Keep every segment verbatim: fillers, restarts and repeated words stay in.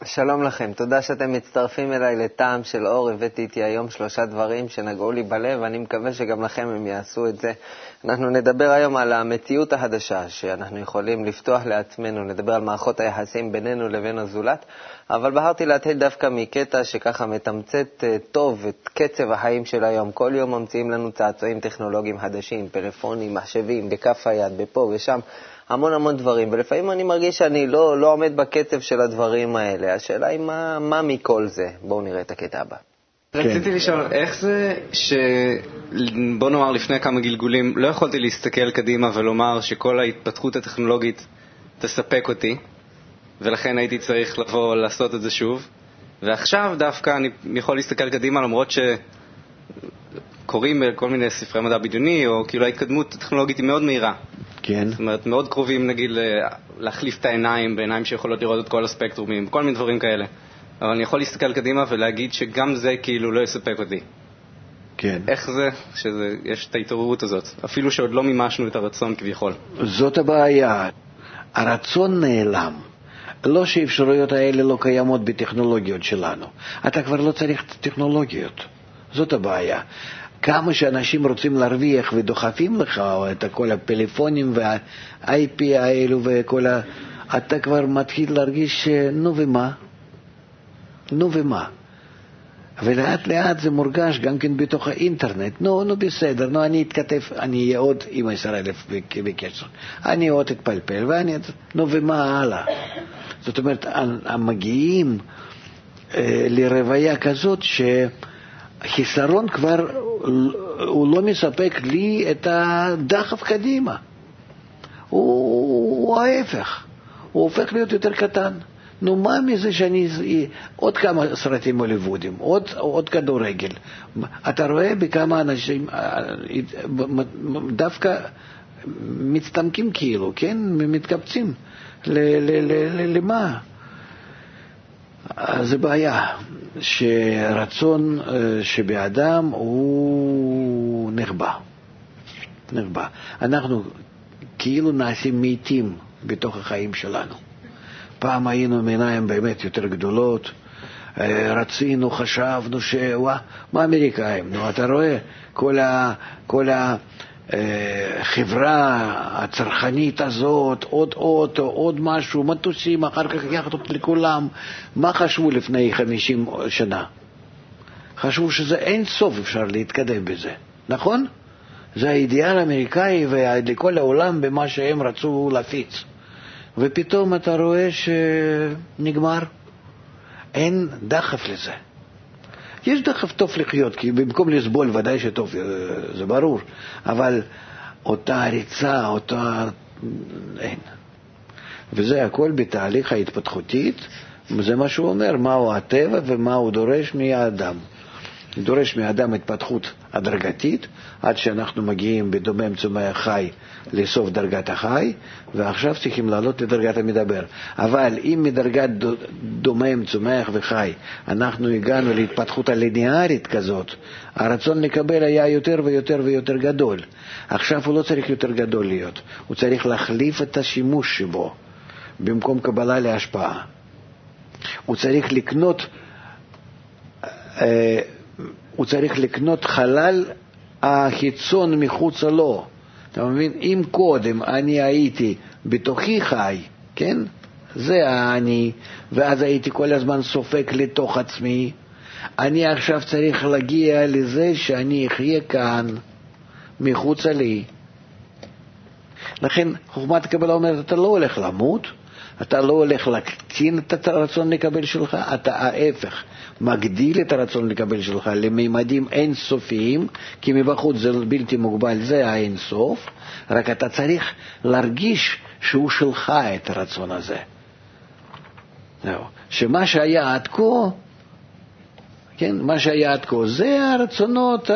שלום לכם, תודה שאתם מצטרפים אליי לטעם של אור. הבאתי איתי היום שלושה דברים שנגעו לי בלב, ואני מקווה שגם לכם הם יעשו את זה. אנחנו נדבר היום על המציאות החדשה שאנחנו יכולים לפתוח לעצמנו, נדבר על מערכות היחסים בינינו לבין הזולת, אבל בחרתי להתחיל דווקא מקטע שככה מתמצת טוב את קצב החיים של היום. כל יום ממציאים לנו צעצועים טכנולוגיים חדשים, פלאפונים, מחשבים, בכף היד, בפה ושם, המון המון דברים, ולפעמים אני מרגיש שאני לא, לא עומד בקצב של הדברים האלה. השאלה היא מה, מה מכל זה? בואו נראה את הקטע הבא. רציתי לשאול, איך זה ש... בוא נאמר לפני כמה גלגולים, לא יכולתי להסתכל קדימה ולומר שכל ההתפתחות הטכנולוגית תספק אותי, ולכן הייתי צריך לבוא לעשות את זה שוב, ועכשיו דווקא אני יכול להסתכל קדימה למרות שקוראים כל מיני ספרי מדע בדיוני, או כאילו ההתקדמות הטכנולוגית היא מאוד מהירה. כן. זאת אומרת, מאוד קרובים, נגיד, להחליף את העיניים, בעיניים שיכולות לראות את כל הספקטרומים, כל מיני דברים כאלה. אבל אני יכול להסתכל קדימה ולהגיד שגם זה כאילו לא יספק אותי. כן. איך זה שיש את ההתעוררות הזאת, אפילו שעוד לא מימשנו את הרצון כביכול? זאת הבעיה. הרצון נעלם. לא שהאפשרויות האלה לא קיימות בטכנולוגיות שלנו. אתה כבר לא צריך טכנולוגיות. זאת הבעיה. כמה שאנשים רוצים להרוויח ודוחפים לך את כל הפלאפונים וה-איי פי האלו וכל ה... אתה כבר מתחיל להרגיש נו ומה? נו ומה? ולאט לאט זה מורגש גם כן בתוך האינטרנט. נו, נו בסדר, נו אני אתכתב, אני אהיה עוד עם עשר אלף בקשר. אני עוד אתפלפל ואני... נו ומה הלאה? זאת אומרת, המגיעים אה, לרוויה כזאת ש... חיסרון כבר הוא לא מספק לי את הדחף קדימה. הוא, הוא ההפך. הוא הופך להיות יותר קטן. נו, מה מזה שאני... עוד כמה סרטים הוליוודיים, עוד, עוד כדורגל. אתה רואה בכמה אנשים דווקא מצטמקים כאילו, כן? מתקבצים. ל, ל, ל, ל, למה? זה בעיה, שרצון שבאדם הוא נחבא. נחבא. אנחנו כאילו נעשים מתים בתוך החיים שלנו. פעם היינו מעיניים באמת יותר גדולות, רצינו, חשבנו שוואה, מה אמריקאים? נו, אתה רואה, כל ה... כל ה חברה הצרכנית הזאת, עוד אוטו, עוד משהו, מטוסים, אחר כך יחדות לכולם. מה חשבו לפני חמישים שנה? חשבו שזה אין סוף אפשר להתקדם בזה, נכון? זה האידיאל האמריקאי ולכל העולם במה שהם רצו להפיץ. ופתאום אתה רואה שנגמר. אין דחף לזה. יש דחף טוב לחיות, כי במקום לסבול ודאי שטוב, זה ברור. אבל אותה הריצה, אותה... אין. וזה הכל בתהליך ההתפתחותית, זה מה שהוא אומר, מהו הטבע ומה הוא דורש מהאדם. דורש מהאדם התפתחות הדרגתית, עד שאנחנו מגיעים בדומם צומח חי לסוף דרגת החי, ועכשיו צריכים לעלות לדרגת המדבר. אבל אם מדרגת דומם צומח וחי אנחנו הגענו להתפתחות הליניארית כזאת, הרצון לקבל היה יותר ויותר ויותר גדול. עכשיו הוא לא צריך יותר גדול להיות, הוא צריך להחליף את השימוש שבו במקום קבלה להשפעה. הוא צריך לקנות אה, הוא צריך לקנות חלל החיצון מחוץ לו. אתה מבין? אם קודם אני הייתי בתוכי חי, כן? זה אני, ואז הייתי כל הזמן סופק לתוך עצמי. אני עכשיו צריך להגיע לזה שאני אחיה כאן, מחוץ לי. לכן חוכמת הקבלה אומרת, אתה לא הולך למות, אתה לא הולך להקטין את הרצון לקבל שלך, אתה ההפך, מגדיל את הרצון לקבל שלך לממדים אינסופיים, כי מבחוץ זה בלתי מוגבל, זה האין סוף, רק אתה צריך להרגיש שהוא שלך את הרצון הזה. שמה שהיה עד כה, כן, מה שהיה עד כה, זה הרצונות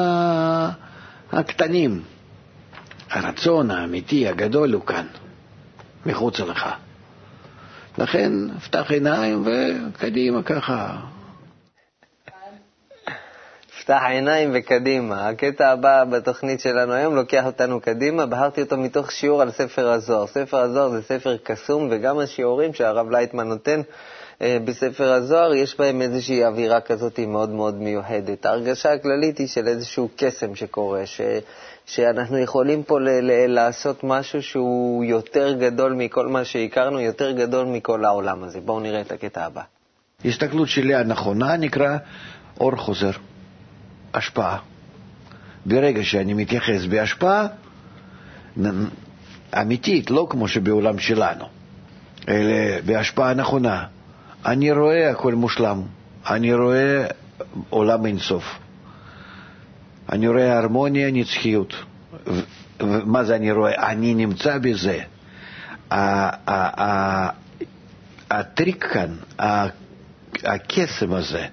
הקטנים. הרצון האמיתי הגדול הוא כאן, מחוץ לך. לכן, פתח עיניים וקדימה ככה. פתח עיניים וקדימה. הקטע הבא בתוכנית שלנו היום לוקח אותנו קדימה. בחרתי אותו מתוך שיעור על ספר הזוהר. ספר הזוהר זה ספר קסום, וגם השיעורים שהרב לייטמן נותן בספר הזוהר, יש בהם איזושהי אווירה כזאת מאוד מאוד מיוחדת. ההרגשה הכללית היא של איזשהו קסם שקורה, ש... שאנחנו יכולים פה ל... ל... לעשות משהו שהוא יותר גדול מכל מה שהכרנו, יותר גדול מכל העולם הזה. בואו נראה את הקטע הבא. הסתכלות שלי הנכונה נקרא אור חוזר, השפעה. ברגע שאני מתייחס בהשפעה אמיתית, לא כמו שבעולם שלנו, אלא בהשפעה נכונה, אני רואה הכל מושלם, אני רואה עולם אינסוף, אני רואה הרמוניה, נצחיות. ומה זה אני רואה? אני נמצא בזה. הטריק כאן, הקסם הזה,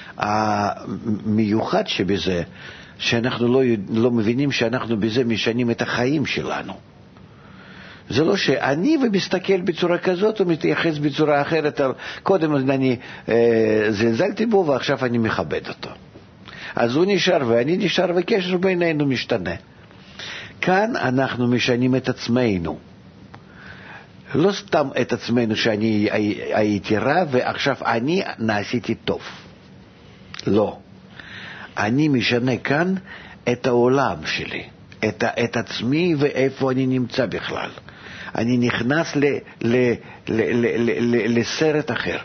המיוחד שבזה, שאנחנו לא, לא מבינים שאנחנו בזה משנים את החיים שלנו. זה לא שאני ומסתכל בצורה כזאת ומתייחס בצורה אחרת. קודם אני אה, זלזלתי בו ועכשיו אני מכבד אותו. אז הוא נשאר ואני נשאר וקשר בינינו משתנה. כאן אנחנו משנים את עצמנו. לא סתם את עצמנו שאני הייתי רע ועכשיו אני נעשיתי טוב. לא. אני משנה כאן את העולם שלי, את, את עצמי ואיפה אני נמצא בכלל. אני נכנס ל, ל, ל, ל, ל, ל, לסרט אחר.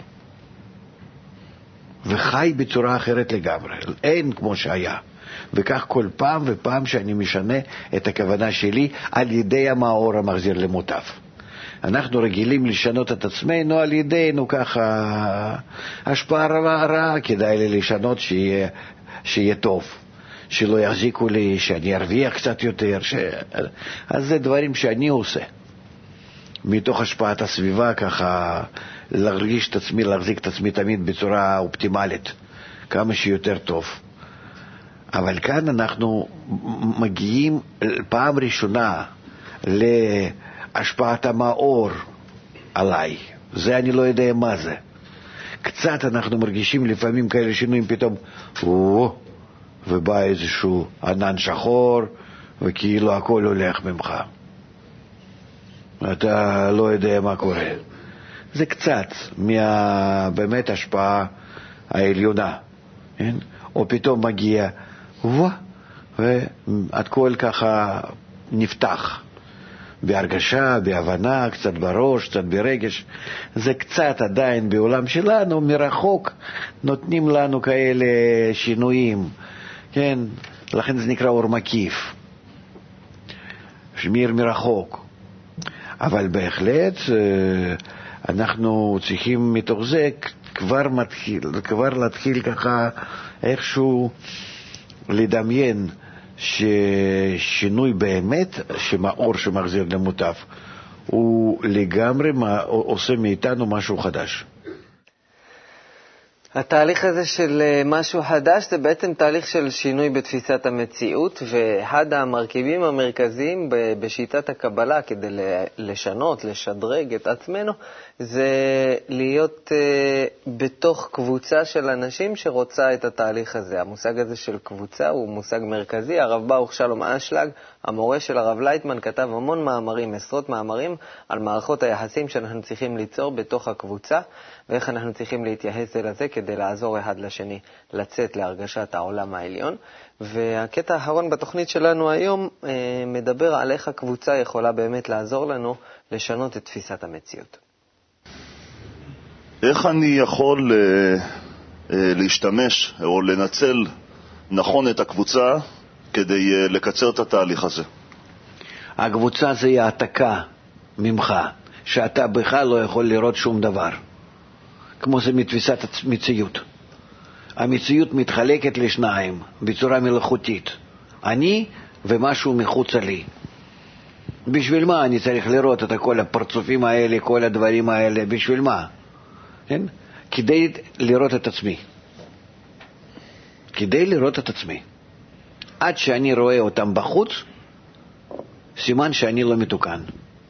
וחי בצורה אחרת לגמרי. אין כמו שהיה. וכך כל פעם ופעם שאני משנה את הכוונה שלי על ידי המאור המחזיר למוטב. אנחנו רגילים לשנות את עצמנו על ידינו ככה, השפעה רעה רעה, כדאי לי לשנות שיהיה, שיהיה טוב, שלא יחזיקו לי, שאני ארוויח קצת יותר, ש... אז זה דברים שאני עושה. מתוך השפעת הסביבה ככה, להרגיש את עצמי, להחזיק את עצמי תמיד בצורה אופטימלית, כמה שיותר טוב. אבל כאן אנחנו מגיעים פעם ראשונה להשפעת המאור עליי. זה אני לא יודע מה זה. קצת אנחנו מרגישים לפעמים כאלה שינויים, פתאום או, ובא איזשהו ענן שחור וכאילו הכל הולך ממך. אתה לא יודע מה קורה. זה קצת מה באמת השפעה העליונה. כן? או פתאום מגיע והכל ככה נפתח. בהרגשה, בהבנה, קצת בראש, קצת ברגש. זה קצת עדיין בעולם שלנו, מרחוק, נותנים לנו כאלה שינויים. כן? לכן זה נקרא אור מקיף. שמיר מרחוק. אבל בהחלט אנחנו צריכים מתוך זה כבר מתחיל, כבר להתחיל ככה איכשהו לדמיין ששינוי באמת, שמאור שמחזיר למוטב, הוא לגמרי עושה מאיתנו משהו חדש. התהליך הזה של משהו חדש זה בעצם תהליך של שינוי בתפיסת המציאות, ואחד המרכיבים המרכזיים בשיטת הקבלה כדי לשנות, לשדרג את עצמנו, זה להיות בתוך קבוצה של אנשים שרוצה את התהליך הזה. המושג הזה של קבוצה הוא מושג מרכזי. הרב ברוך שלום אשלג, המורה של הרב לייטמן, כתב המון מאמרים, עשרות מאמרים, על מערכות היחסים שאנחנו צריכים ליצור בתוך הקבוצה, ואיך אנחנו צריכים להתייחס אל זה כדי לעזור אחד לשני לצאת להרגשת העולם העליון. והקטע האחרון בתוכנית שלנו היום אה, מדבר על איך הקבוצה יכולה באמת לעזור לנו לשנות את תפיסת המציאות. איך אני יכול אה, אה, להשתמש או לנצל נכון את הקבוצה כדי אה, לקצר את התהליך הזה? הקבוצה זה העתקה ממך, שאתה בכלל לא יכול לראות שום דבר. כמו זה מתפיסת המציאות. המציאות מתחלקת לשניים בצורה מלאכותית. אני ומשהו מחוץ לי. בשביל מה אני צריך לראות את כל הפרצופים האלה, כל הדברים האלה? בשביל מה? כן? כדי לראות את עצמי. כדי לראות את עצמי. עד שאני רואה אותם בחוץ, סימן שאני לא מתוקן.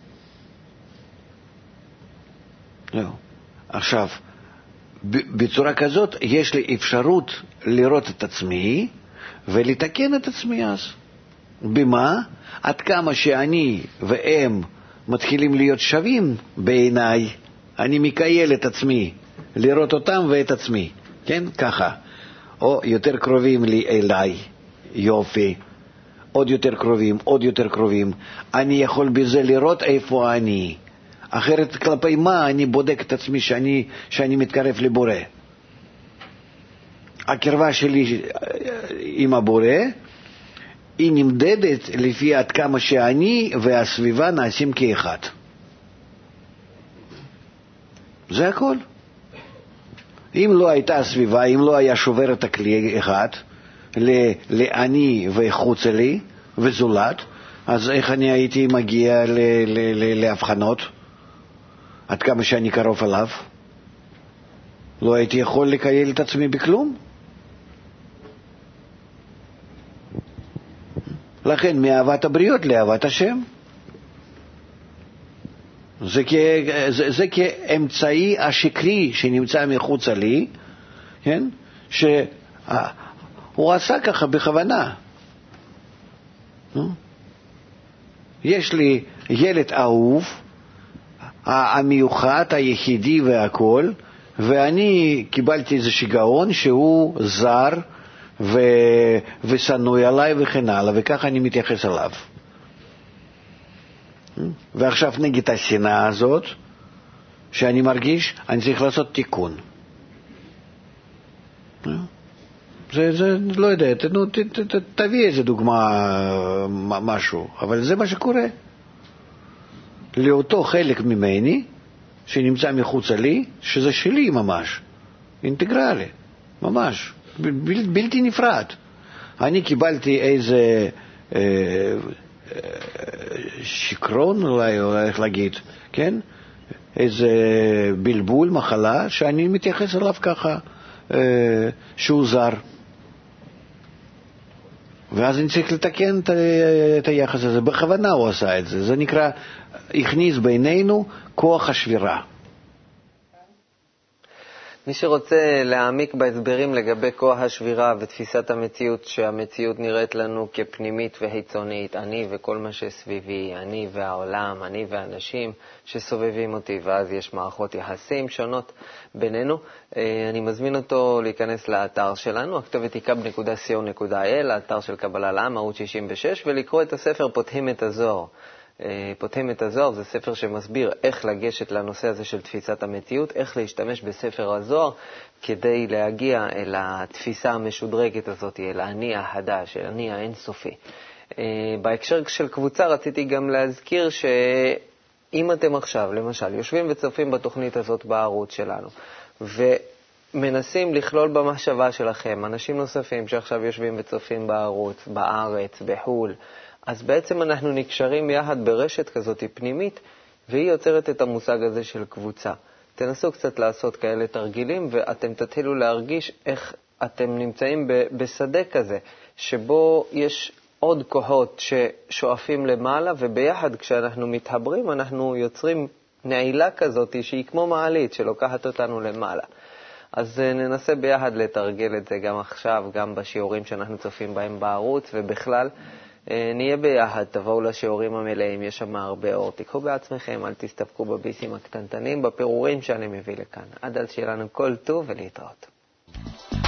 לא. עכשיו, בצורה כזאת יש לי אפשרות לראות את עצמי ולתקן את עצמי אז. במה? עד כמה שאני והם מתחילים להיות שווים בעיניי, אני מקייל את עצמי, לראות אותם ואת עצמי, כן? ככה. או יותר קרובים לי אליי, יופי. עוד יותר קרובים, עוד יותר קרובים. אני יכול בזה לראות איפה אני. אחרת כלפי מה אני בודק את עצמי שאני, שאני מתקרב לבורא. הקרבה שלי עם הבורא היא נמדדת לפי עד כמה שאני והסביבה נעשים כאחד. זה הכל. אם לא הייתה הסביבה, אם לא היה שובר את הכלי אחד לאני וחוץ לי וזולת, אז איך אני הייתי מגיע להבחנות? עד כמה שאני קרוב אליו? לא הייתי יכול לקייל את עצמי בכלום. לכן מאהבת הבריות לאהבת השם. זה, כ, זה, זה כאמצעי השקרי שנמצא מחוץ לי, כן? שהוא עשה ככה בכוונה. יש לי ילד אהוב, המיוחד, היחידי והכל, ואני קיבלתי איזה שיגעון שהוא זר ו... וסנוי עליי וכן הלאה, וככה אני מתייחס אליו. ועכשיו נגד השנאה הזאת שאני מרגיש, אני צריך לעשות תיקון. זה, זה, לא יודע, נו, ת, ת, ת, תביא איזה דוגמה, משהו, אבל זה מה שקורה. לאותו חלק ממני, שנמצא מחוץ לי, שזה שלי ממש, אינטגרלי, ממש, בל, בלתי נפרד. אני קיבלתי איזה אה, אה, שקרון, אולי, או איך להגיד, כן? איזה בלבול, מחלה, שאני מתייחס אליו ככה, אה, שהוא זר. ואז אני צריך לתקן את היחס הזה. בכוונה הוא עשה את זה. זה נקרא, הכניס בינינו כוח השבירה. מי שרוצה להעמיק בהסברים לגבי כוח השבירה ותפיסת המציאות, שהמציאות נראית לנו כפנימית וחיצונית, אני וכל מה שסביבי, אני והעולם, אני ואנשים שסובבים אותי, ואז יש מערכות יחסים שונות בינינו, אני מזמין אותו להיכנס לאתר שלנו, הכתובת היא קאב נקודה סי או נקודה איי אל, האתר של קבלה לעם, ערוץ שישים ושש, ולקרוא את הספר פותחים את הזוהר. פותחים את הזוהר זה ספר שמסביר איך לגשת לנושא הזה של תפיסת המציאות, איך להשתמש בספר הזוהר כדי להגיע אל התפיסה המשודרגת הזאת, אל האני החדש, אל האני האינסופי. בהקשר של קבוצה רציתי גם להזכיר שאם אתם עכשיו, למשל, יושבים וצופים בתוכנית הזאת בערוץ שלנו, ומנסים לכלול במחשבה שלכם אנשים נוספים שעכשיו יושבים וצופים בערוץ, בארץ, בחול, אז בעצם אנחנו נקשרים יחד ברשת כזאת פנימית, והיא יוצרת את המושג הזה של קבוצה. תנסו קצת לעשות כאלה תרגילים, ואתם תתחילו להרגיש איך אתם נמצאים בשדה כזה, שבו יש עוד כוחות ששואפים למעלה, וביחד כשאנחנו מתחברים, אנחנו יוצרים נעילה כזאת שהיא כמו מעלית, שלוקחת אותנו למעלה. אז ננסה ביחד לתרגל את זה גם עכשיו, גם בשיעורים שאנחנו צופים בהם בערוץ, ובכלל, נהיה ביחד, תבואו לשיעורים המלאים, יש שם הרבה אור, תיקחו בעצמכם, אל תסתפקו בביסים הקטנטנים, בפירורים שאני מביא לכאן. עד אז שיהיה לנו כל טוב ולהתראות.